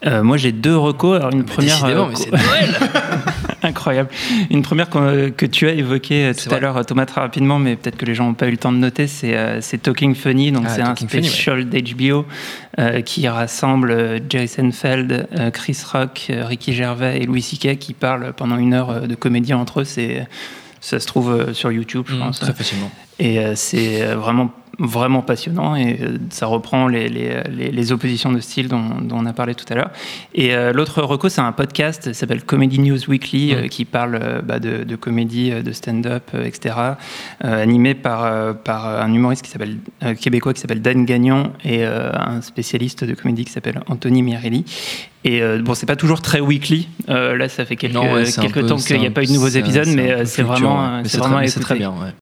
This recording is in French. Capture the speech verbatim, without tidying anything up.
Euh, moi, j'ai deux recos. Alors, une mais première. Décidément, euh, mais c'est Noël. Incroyable. Une première que tu as évoquée tout à l'heure, Thomas, très rapidement, mais peut-être que les gens n'ont pas eu le temps de noter, c'est, euh, c'est Talking Funny. Donc, ah, c'est un special Funny, ouais. d'H B O euh, qui rassemble Jerry Seinfeld, euh, Chris Rock, euh, Ricky Gervais et Louis C K qui parlent pendant une heure de comédie entre eux. C'est, ça se trouve sur YouTube, je mmh, pense. Très facilement. Et euh, c'est vraiment vraiment passionnant et euh, ça reprend les, les, les, les oppositions de style dont, dont on a parlé tout à l'heure. Et euh, l'autre reco, c'est un podcast qui s'appelle Comedy News Weekly, mmh. euh, qui parle euh, bah, de, de comédie, de stand-up, euh, et cetera, euh, animé par, euh, par un humoriste qui s'appelle, euh, québécois qui s'appelle Dan Gagnon et euh, un spécialiste de comédie qui s'appelle Anthony Mirelli. Et euh, bon, c'est pas toujours très weekly. Euh, là, ça fait quelques, non, ouais, quelques peu, temps qu'il n'y a pas eu de nouveaux épisodes, mais c'est, c'est vraiment, ouais. mais c'est, c'est vraiment très, à écouter. C'est très bien, ouais.